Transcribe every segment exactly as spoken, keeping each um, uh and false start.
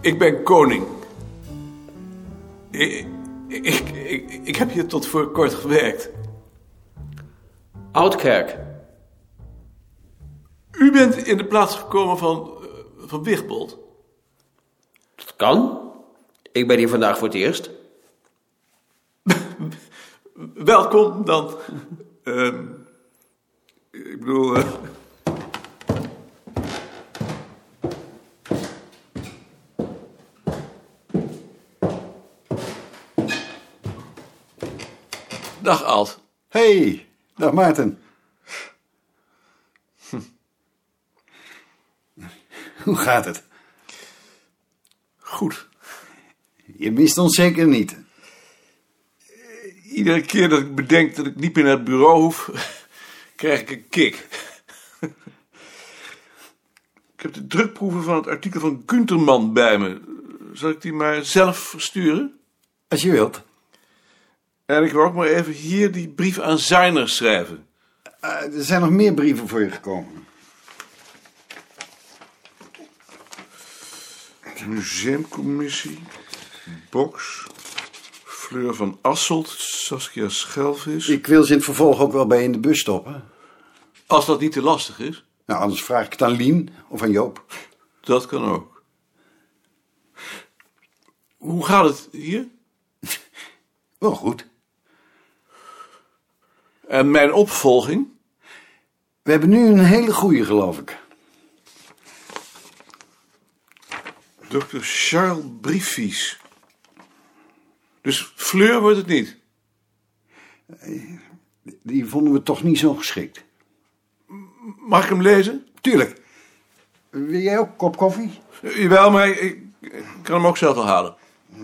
Ik ben koning. Ik, ik, ik, ik heb hier tot voor kort gewerkt. Oudkerk. U bent in de plaats gekomen van, van Wigbold. Dat kan. Ik ben hier vandaag voor het eerst. Welkom dan. Uh, ik bedoel... Uh... Dag Alt. Hey, dag Maarten. Hm. Hoe gaat het? Goed. Je mist ons zeker niet. Iedere keer dat ik bedenk dat ik niet meer naar het bureau hoef, krijg ik een kick. Ik heb de drukproeven van het artikel van Gunterman bij me. Zal ik die maar zelf versturen? Als je wilt. En ik wil ook maar even hier die brief aan Zijner schrijven. Uh, er zijn nog meer brieven voor je gekomen. Museumcommissie, Box, Fleur van Asselt, Saskia Schelvis. Ik wil ze in het vervolg ook wel bij je in de bus stoppen. Als dat niet te lastig is. Nou, anders vraag ik het aan Lien of aan Joop. Dat kan ook. Hoe gaat het hier? Wel goed. En mijn opvolging? We hebben nu een hele goeie, geloof ik. dokter Charles Briefies. Dus Fleur wordt het niet? Die vonden we toch niet zo geschikt. Mag ik hem lezen? Tuurlijk. Wil jij ook een kop koffie? Jawel, maar ik, ik kan hem ook zelf wel halen.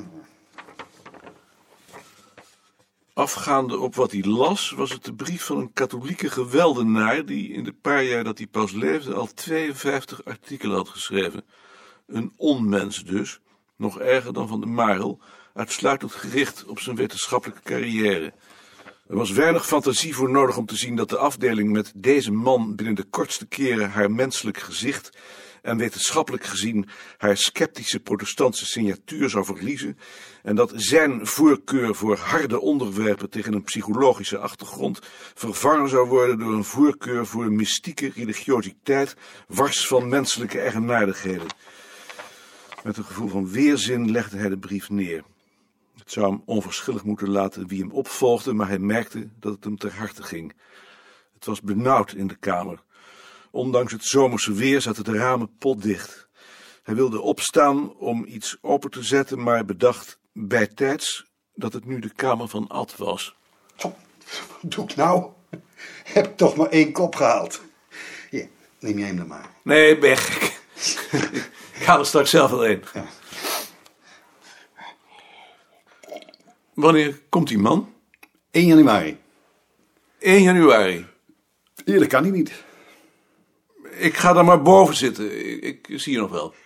Afgaande op wat hij las, was het de brief van een katholieke geweldenaar die in de paar jaar dat hij pas leefde al tweeënvijftig artikelen had geschreven. Een onmens dus, nog erger dan Van de Marel, uitsluitend gericht op zijn wetenschappelijke carrière. Er was weinig fantasie voor nodig om te zien dat de afdeling met deze man binnen de kortste keren haar menselijk gezicht en wetenschappelijk gezien haar sceptische protestantse signatuur zou verliezen en dat zijn voorkeur voor harde onderwerpen tegen een psychologische achtergrond vervangen zou worden door een voorkeur voor een mystieke religiositeit wars van menselijke eigenaardigheden. Met een gevoel van weerzin legde hij de brief neer. Het zou hem onverschillig moeten laten wie hem opvolgde, maar hij merkte dat het hem ter harte ging. Het was benauwd in de kamer. Ondanks het zomerse weer zaten de ramen potdicht. Hij wilde opstaan om iets open te zetten, maar bedacht bijtijds dat het nu de kamer van Ad was. Wat doe ik nou? Heb ik toch maar één kop gehaald. Hier, neem jij hem dan maar. Nee, weg. Ik haal er straks zelf wel een. Ja. Wanneer komt die man? één januari. één januari. Eerder kan hij niet. Ik ga dan maar boven zitten. Ik, ik zie je nog wel.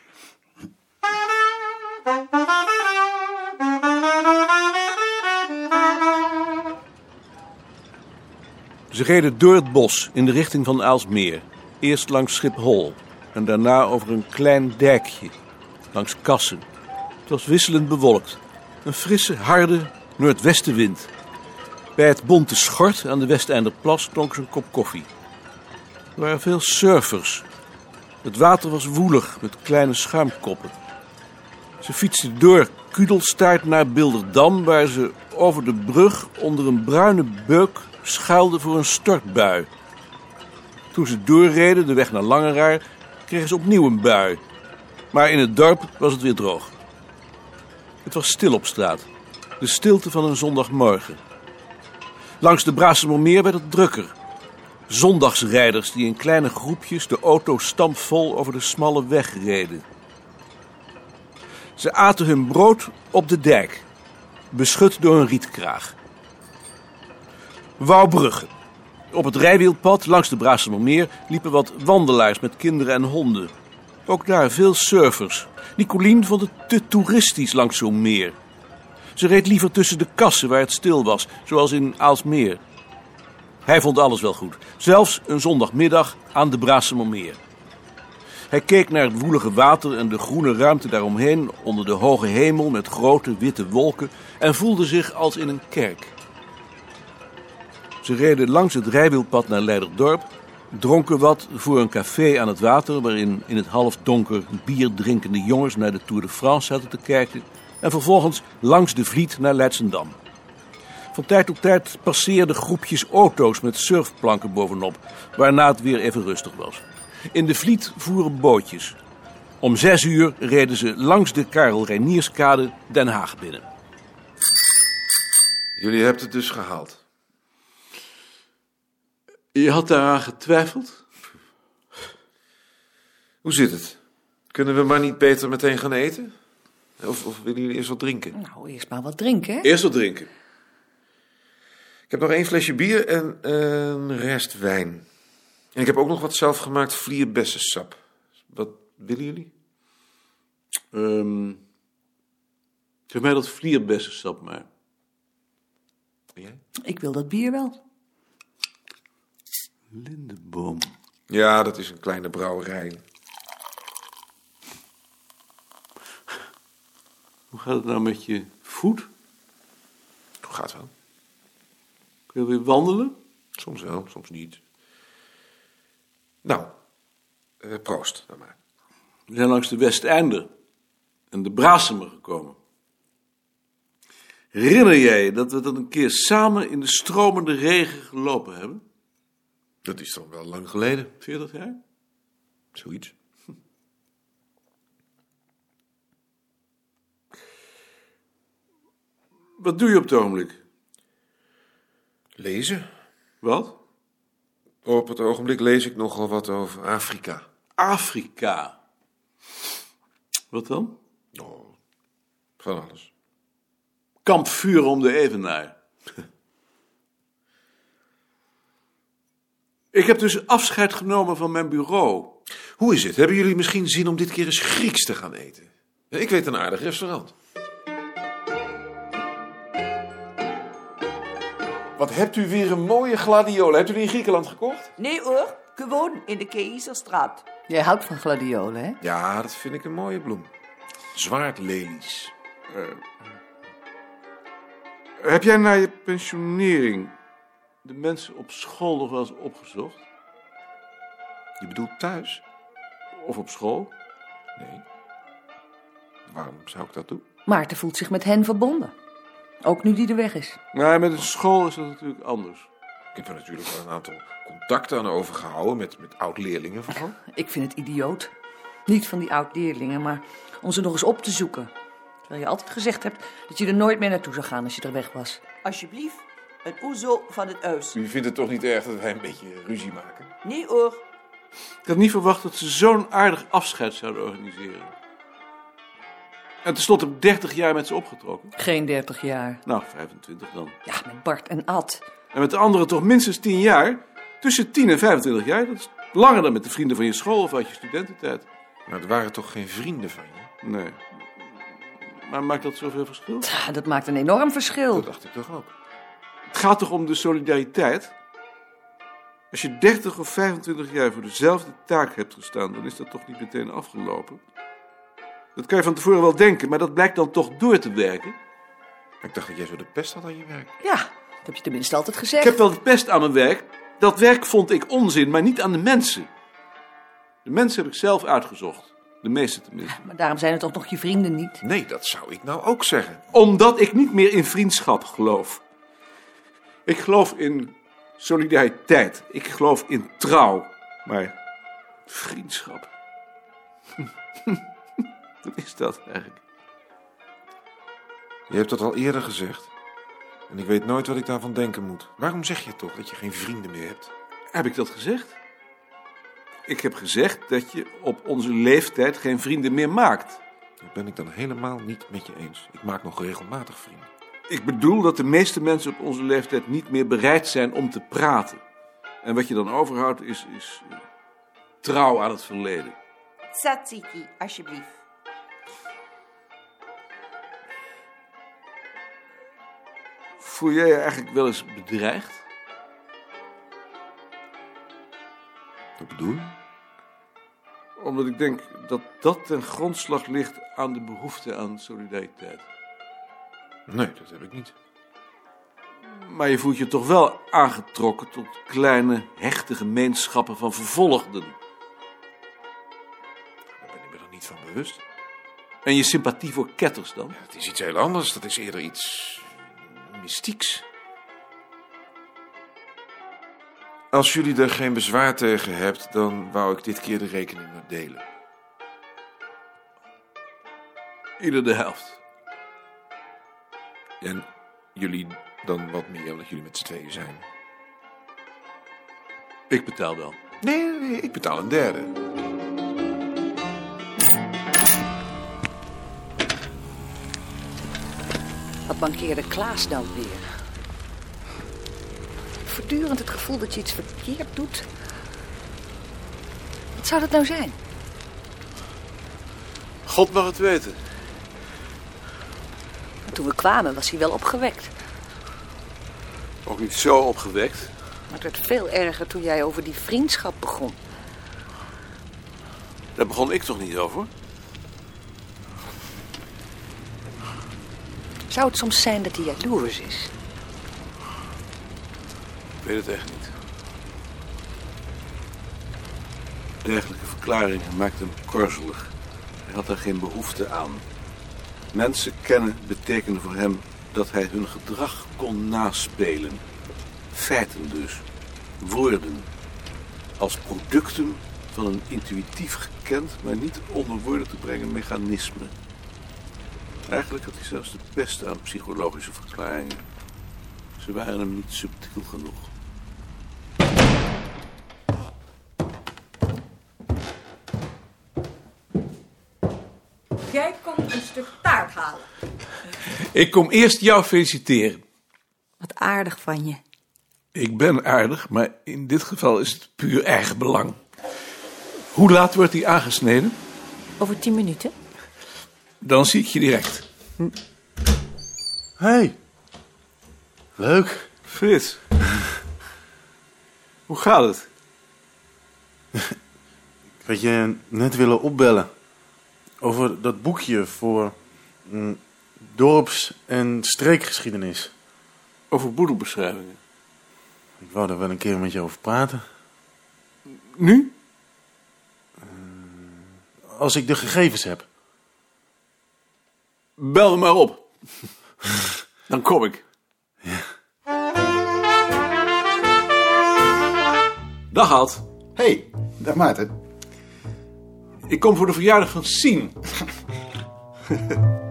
Ze reden door het bos in de richting van Aalsmeer. Eerst langs Schiphol en daarna over een klein dijkje. Langs Kassen. Het was wisselend bewolkt. Een frisse, harde noordwestenwind. Bij het bonte schort aan de Westeinderplas klonk ze een kop koffie. Er waren veel surfers. Het water was woelig met kleine schuimkoppen. Ze fietsten door Kudelstaart naar Bilderdam, waar ze over de brug onder een bruine beuk schuilden voor een stortbui. Toen ze doorreden, de weg naar Langeraar, kregen ze opnieuw een bui. Maar in het dorp was het weer droog. Het was stil op straat. De stilte van een zondagmorgen. Langs de Braasemermeer werd het drukker. Zondagsrijders die in kleine groepjes de auto stampvol over de smalle weg reden. Ze aten hun brood op de dijk, beschut door een rietkraag. Wouwbrugge. Op het rijwielpad langs de Braasemermeer liepen wat wandelaars met kinderen en honden. Ook daar veel surfers. Nicolien vond het te toeristisch langs zo'n meer. Ze reed liever tussen de kassen waar het stil was, zoals in Aalsmeer. Hij vond alles wel goed, zelfs een zondagmiddag aan de Braasemermeer. Hij keek naar het woelige water en de groene ruimte daaromheen onder de hoge hemel met grote witte wolken en voelde zich als in een kerk. Ze reden langs het rijwielpad naar Leiderdorp, dronken wat voor een café aan het water waarin in het halfdonker bier drinkende jongens naar de Tour de France zaten te kijken en vervolgens langs de Vliet naar Leidschendam. Van tijd tot tijd passeerden groepjes auto's met surfplanken bovenop, waarna het weer even rustig was. In de Vliet voeren bootjes. Om zes uur reden ze langs de Karel Reinierskade Den Haag binnen. Jullie hebben het dus gehaald. Je had daaraan getwijfeld? Hoe zit het? Kunnen we maar niet beter meteen gaan eten? Of, of willen jullie eerst wat drinken? Nou, eerst maar wat drinken, hè? Eerst wat drinken. Ik heb nog één flesje bier en een rest wijn. En ik heb ook nog wat zelfgemaakt vlierbessensap. Wat willen jullie? Um, geef mij dat vlierbessensap maar. En jij? Ik wil dat bier wel. Lindeboom. Ja, dat is een kleine brouwerij. Hoe gaat het nou met je voet? Gaat wel. Kun je weer wandelen? Soms wel, soms niet. Nou, uh, proost dan maar. We zijn langs de Westeinder en de Braasemer gekomen. Herinner jij je dat we dat een keer samen in de stromende regen gelopen hebben? Dat is toch wel lang geleden. veertig jaar? Zoiets. Hm. Wat doe je op het ogenblik? Lezen. Wat? Op het ogenblik lees ik nogal wat over Afrika. Afrika. Wat dan? Oh, van alles. Kampvuur om de Evenaar. Ik heb dus afscheid genomen van mijn bureau. Hoe is het? Hebben jullie misschien zin om dit keer eens Grieks te gaan eten? Ja, ik weet een aardig restaurant. Wat hebt u weer een mooie gladiolen? Hebt u die in Griekenland gekocht? Nee hoor, gewoon in de Keizerstraat. Jij houdt van gladiolen, hè? Ja, dat vind ik een mooie bloem. Zwaardlelies. Uh, heb jij na je pensionering de mensen op school nog wel eens opgezocht? Je bedoelt thuis? Of op school? Nee. Waarom zou ik dat doen? Maarten voelt zich met hen verbonden. Ook nu die er weg is. Nou, met een school is dat natuurlijk anders. Ik heb er natuurlijk wel een aantal contacten aan overgehouden met, met oud-leerlingen vooral. Ik vind het idioot. Niet van die oud-leerlingen, maar om ze nog eens op te zoeken. Terwijl je altijd gezegd hebt dat je er nooit meer naartoe zou gaan als je er weg was. Alsjeblieft, een oezo van het huis. U vindt het toch niet erg dat wij een beetje ruzie maken? Nee hoor. Ik had niet verwacht dat ze zo'n aardig afscheid zouden organiseren. En tenslotte heb ik dertig jaar met ze opgetrokken. Geen dertig jaar. Nou, vijfentwintig dan. Ja, met Bart en Ad. En met de anderen toch minstens tien jaar? Tussen tien en vijfentwintig jaar? Dat is langer dan met de vrienden van je school of uit je studententijd. Maar het waren toch geen vrienden van je? Nee. Maar maakt dat zoveel verschil? Ja, dat maakt een enorm verschil. Dat dacht ik toch ook. Het gaat toch om de solidariteit? Als je dertig of vijfentwintig jaar voor dezelfde taak hebt gestaan, dan is dat toch niet meteen afgelopen? Dat kan je van tevoren wel denken, maar dat blijkt dan toch door te werken. Ik dacht dat jij zo de pest had aan je werk. Ja, dat heb je tenminste altijd gezegd. Ik heb wel de pest aan mijn werk. Dat werk vond ik onzin, maar niet aan de mensen. De mensen heb ik zelf uitgezocht. De meeste tenminste. Maar daarom zijn het toch nog je vrienden niet? Nee, dat zou ik nou ook zeggen. Omdat ik niet meer in vriendschap geloof. Ik geloof in solidariteit. Ik geloof in trouw. Maar vriendschap. Wat is dat eigenlijk? Je hebt dat al eerder gezegd. En ik weet nooit wat ik daarvan denken moet. Waarom zeg je toch dat je geen vrienden meer hebt? Heb ik dat gezegd? Ik heb gezegd dat je op onze leeftijd geen vrienden meer maakt. Dat ben ik dan helemaal niet met je eens. Ik maak nog regelmatig vrienden. Ik bedoel dat de meeste mensen op onze leeftijd niet meer bereid zijn om te praten. En wat je dan overhoudt is, is uh, trouw aan het verleden. Tzatziki, alsjeblieft. Voel jij je eigenlijk wel eens bedreigd? Wat bedoel je? Omdat ik denk dat dat ten grondslag ligt aan de behoefte aan solidariteit. Nee, dat heb ik niet. Maar je voelt je toch wel aangetrokken tot kleine, hechte gemeenschappen van vervolgden. Daar ben ik me er niet van bewust. En je sympathie voor ketters dan? Het is iets heel anders. Dat is eerder iets mystieks. Als jullie er geen bezwaar tegen hebt, dan wou ik dit keer de rekening maar delen. Ieder de helft. En jullie dan wat meer, omdat jullie met z'n tweeën zijn. Ik betaal wel. Nee, nee, ik betaal een derde. Wat mankeerde Klaas nou weer? Voortdurend het gevoel dat je iets verkeerd doet. Wat zou dat nou zijn? God mag het weten. Maar toen we kwamen was hij wel opgewekt. Ook niet zo opgewekt. Maar het werd veel erger toen jij over die vriendschap begon. Daar begon ik toch niet over? Zou het soms zijn dat hij jaloers is? Ik weet het echt niet. Dergelijke verklaringen maakten hem korzelig. Hij had er geen behoefte aan. Mensen kennen betekende voor hem dat hij hun gedrag kon naspelen. Feiten dus. Woorden. Als producten van een intuïtief gekend, maar niet onder woorden te brengen mechanisme. Eigenlijk had hij zelfs de pest aan psychologische verklaringen. Ze waren hem niet subtiel genoeg. Jij komt een stuk taart halen. Ik kom eerst jou feliciteren. Wat aardig van je. Ik ben aardig, maar in dit geval is het puur eigen belang. Hoe laat wordt die aangesneden? Over tien minuten. Dan zie ik je direct. Hey, leuk. Frits. Hoe gaat het? Ik had je net willen opbellen. Over dat boekje voor mm, dorps- en streekgeschiedenis. Over boedelbeschrijvingen. Ik wou daar wel een keer met je over praten. Nu? Als ik de gegevens heb. Bel me maar op. Dan kom ik. Ja. Dag Ad. Hey, dag Maarten. Ik kom voor de verjaardag van Sien.